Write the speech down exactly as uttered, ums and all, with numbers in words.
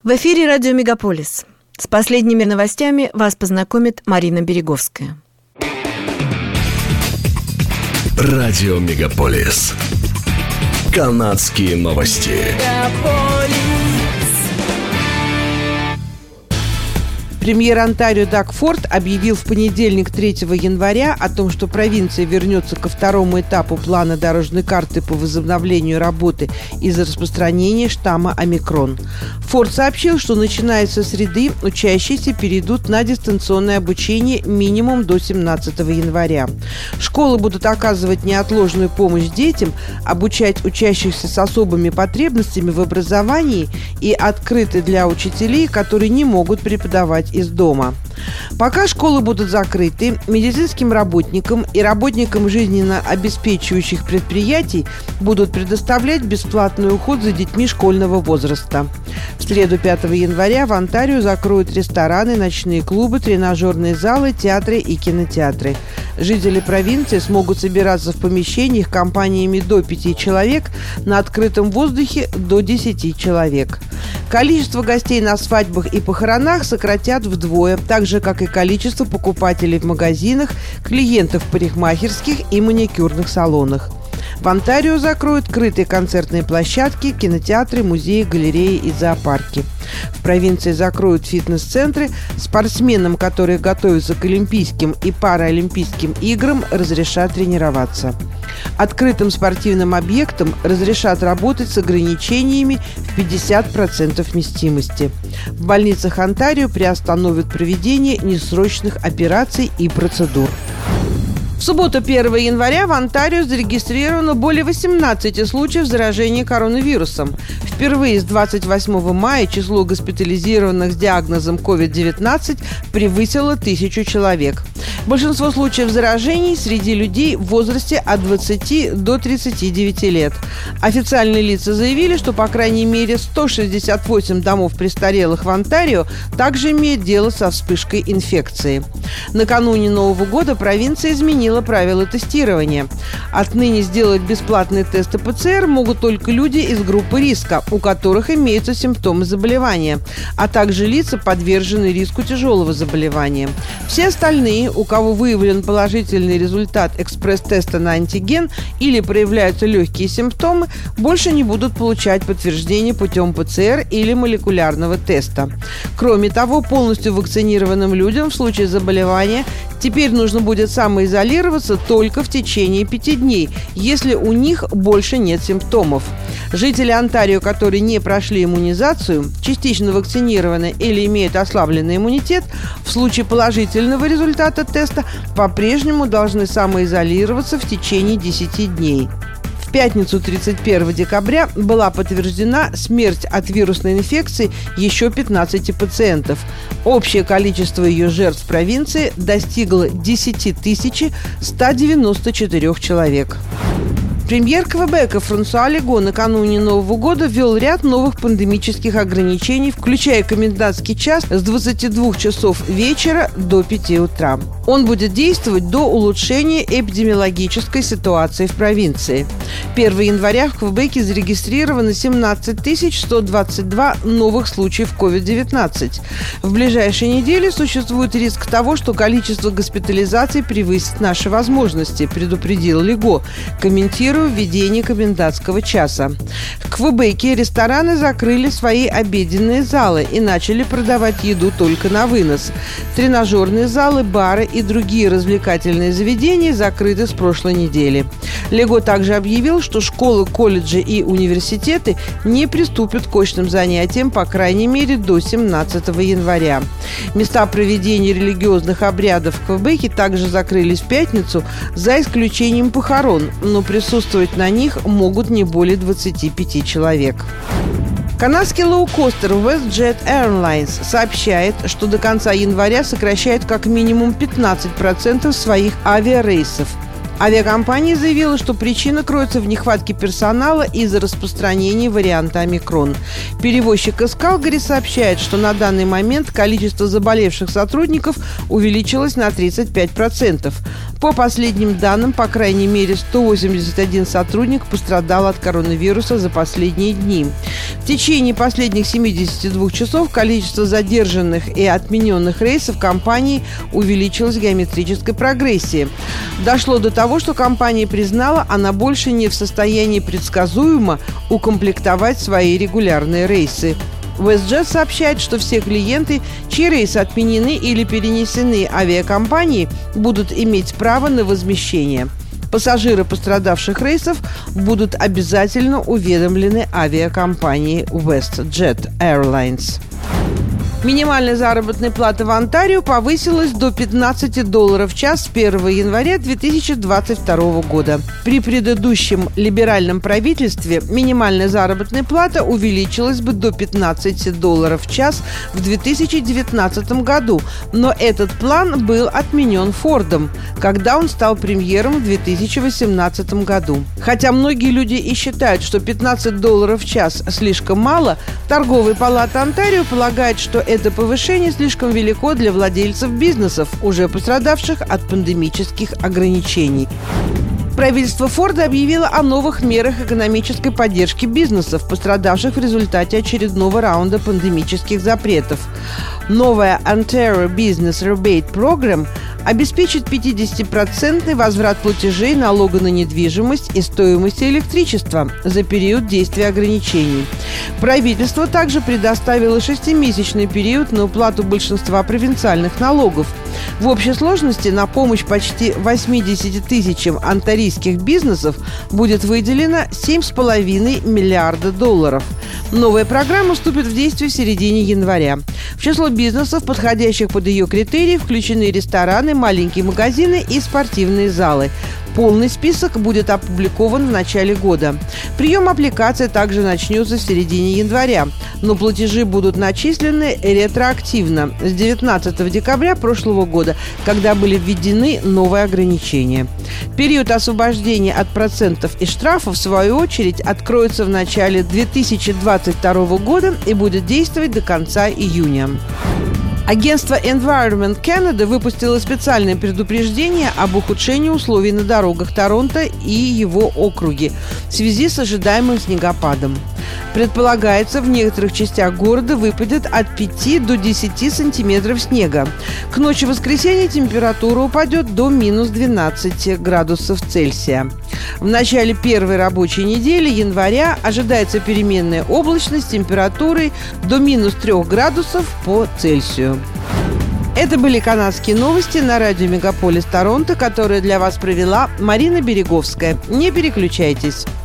В эфире радио «Мегаполис». С последними новостями вас познакомит Марина Береговская. Радио «Мегаполис». Канадские новости. Премьер Онтарио Даг Форд объявил в понедельник, третьего января, о том, что провинция вернется ко второму этапу плана дорожной карты по возобновлению работы из-за распространения штамма омикрон. Форд сообщил, что начиная со среды учащиеся перейдут на дистанционное обучение минимум до семнадцатого января. Школы будут оказывать неотложную помощь детям, обучать учащихся с особыми потребностями в образовании и открыты для учителей, которые не могут преподавать из дома. Пока школы будут закрыты, медицинским работникам и работникам жизненно обеспечивающих предприятий будут предоставлять бесплатный уход за детьми школьного возраста. В среду, пятого января, в Онтарио закроют рестораны, ночные клубы, тренажерные залы, театры и кинотеатры. Жители провинции смогут собираться в помещениях компаниями до пяти человек, на открытом воздухе до десяти человек. Количество гостей на свадьбах и похоронах сократят вдвое, так же, как и количество покупателей в магазинах, клиентов в парикмахерских и маникюрных салонах. В Онтарио закроют крытые концертные площадки, кинотеатры, музеи, галереи и зоопарки. В провинции закроют фитнес-центры. Спортсменам, которые готовятся к Олимпийским и Паралимпийским играм, разрешат тренироваться. Открытым спортивным объектам разрешат работать с ограничениями в пятьдесят процентов вместимости. В больницах Онтарио приостановят проведение несрочных операций и процедур. В субботу, первого января, в Онтарио зарегистрировано более восемнадцати случаев заражения коронавирусом. Впервые с двадцать восьмого мая число госпитализированных с диагнозом ковид девятнадцать превысило тысячу человек. Большинство случаев заражений среди людей в возрасте от двадцати до тридцати девяти лет. Официальные лица заявили, что по крайней мере сто шестьдесят восемь домов престарелых в Онтарио также имеют дело со вспышкой инфекции. Накануне Нового года провинция изменила правила тестирования. Отныне сделать бесплатные тесты ПЦР могут только люди из группы риска, у которых имеются симптомы заболевания, а также лица, подверженные риску тяжелого заболевания. Все остальные, у кого выявлен положительный результат экспресс-теста на антиген или проявляются легкие симптомы, больше не будут получать подтверждение путем ПЦР или молекулярного теста. Кроме того, полностью вакцинированным людям в случае заболевания теперь нужно будет самоизолироваться только в течение пяти дней, если у них больше нет симптомов. Жители Онтарио, которые не прошли иммунизацию, частично вакцинированы или имеют ослабленный иммунитет, в случае положительного результата теста по-прежнему должны самоизолироваться в течение десяти дней. В пятницу, тридцать первого декабря, была подтверждена смерть от вирусной инфекции еще пятнадцати пациентов. Общее количество ее жертв в провинции достигло десять тысяч сто девяносто четыре человек. Премьер Квебека Франсуа Лего накануне Нового года ввел ряд новых пандемических ограничений, включая комендантский час с двадцати двух часов вечера до пяти утра. Он будет действовать до улучшения эпидемиологической ситуации в провинции. первого января в Квебеке зарегистрировано семнадцать тысяч сто двадцать два новых случаев ковид девятнадцать. В ближайшие недели существует риск того, что количество госпитализаций превысит наши возможности, предупредил Лего, комментируя введение комендантского часа. В Квебеке рестораны закрыли свои обеденные залы и начали продавать еду только на вынос. Тренажерные залы, бары и другие развлекательные заведения закрыты с прошлой недели. Лего также объявил, что школы, колледжи и университеты не приступят к очным занятиям, по крайней мере, до семнадцатого января. Места проведения религиозных обрядов в Квебеке также закрылись в пятницу, за исключением похорон, но присутствовать на них могут не более двадцати пяти человек. Канадский лоукостер WestJet Airlines сообщает, что до конца января сокращает как минимум пятнадцать процентов своих авиарейсов. Авиакомпания заявила, что причина кроется в нехватке персонала из-за распространения варианта омикрон. Перевозчик из Калгари сообщает, что на данный момент количество заболевших сотрудников увеличилось на тридцать пять процентов. По последним данным, по крайней мере, сто восемьдесят один сотрудник пострадал от коронавируса за последние дни. В течение последних семидесяти двух часов количество задержанных и отмененных рейсов компании увеличилось в геометрической прогрессии. Дошло до того, что компания признала, она больше не в состоянии предсказуемо укомплектовать свои регулярные рейсы. WestJet сообщает, что все клиенты, чьи рейсы отменены или перенесены авиакомпанией, будут иметь право на возмещение. Пассажиры пострадавших рейсов будут обязательно уведомлены авиакомпанией WestJet Airlines. Минимальная заработная плата в Онтарио повысилась до пятнадцати долларов в час с первого января две тысячи двадцать второго года. При предыдущем либеральном правительстве минимальная заработная плата увеличилась бы до пятнадцати долларов в час в две тысячи девятнадцатом году, но этот план был отменен Фордом, когда он стал премьером в две тысячи восемнадцатом году. Хотя многие люди и считают, что пятнадцать долларов в час слишком мало, Торговая палата Онтарио полагает, что это повышение слишком велико для владельцев бизнесов, уже пострадавших от пандемических ограничений. Правительство Форда объявило о новых мерах экономической поддержки бизнесов, пострадавших в результате очередного раунда пандемических запретов. Новая Ontario Business Rebate Program обеспечит пятидесятипроцентный возврат платежей налога на недвижимость и стоимости электричества за период действия ограничений. Правительство также предоставило шестимесячный период на уплату большинства провинциальных налогов. В общей сложности на помощь почти восьмидесяти тысячам онтарийских бизнесов будет выделено семь с половиной миллиарда долларов. Новая программа вступит в действие в середине января. В число бизнесов, подходящих под ее критерии, включены рестораны, маленькие магазины и спортивные залы. Полный список будет опубликован в начале года. Прием аппликации также начнется в середине января, но платежи будут начислены ретроактивно с девятнадцатого декабря прошлого года, когда были введены новые ограничения. Период освобождения от процентов и штрафов, в свою очередь, откроется в начале две тысячи двадцать второго года и будет действовать до конца июня. Агентство Environment Canada выпустило специальное предупреждение об ухудшении условий на дорогах Торонто и его округе в связи с ожидаемым снегопадом. Предполагается, в некоторых частях города выпадет от пяти до десяти сантиметров снега. К ночи воскресенья температура упадет до минус двенадцати градусов Цельсия. В начале первой рабочей недели января ожидается переменная облачность с температурой до минус трех градусов по Цельсию. Это были канадские новости на радио Мегаполис Торонто, которые для вас провела Марина Береговская. Не переключайтесь.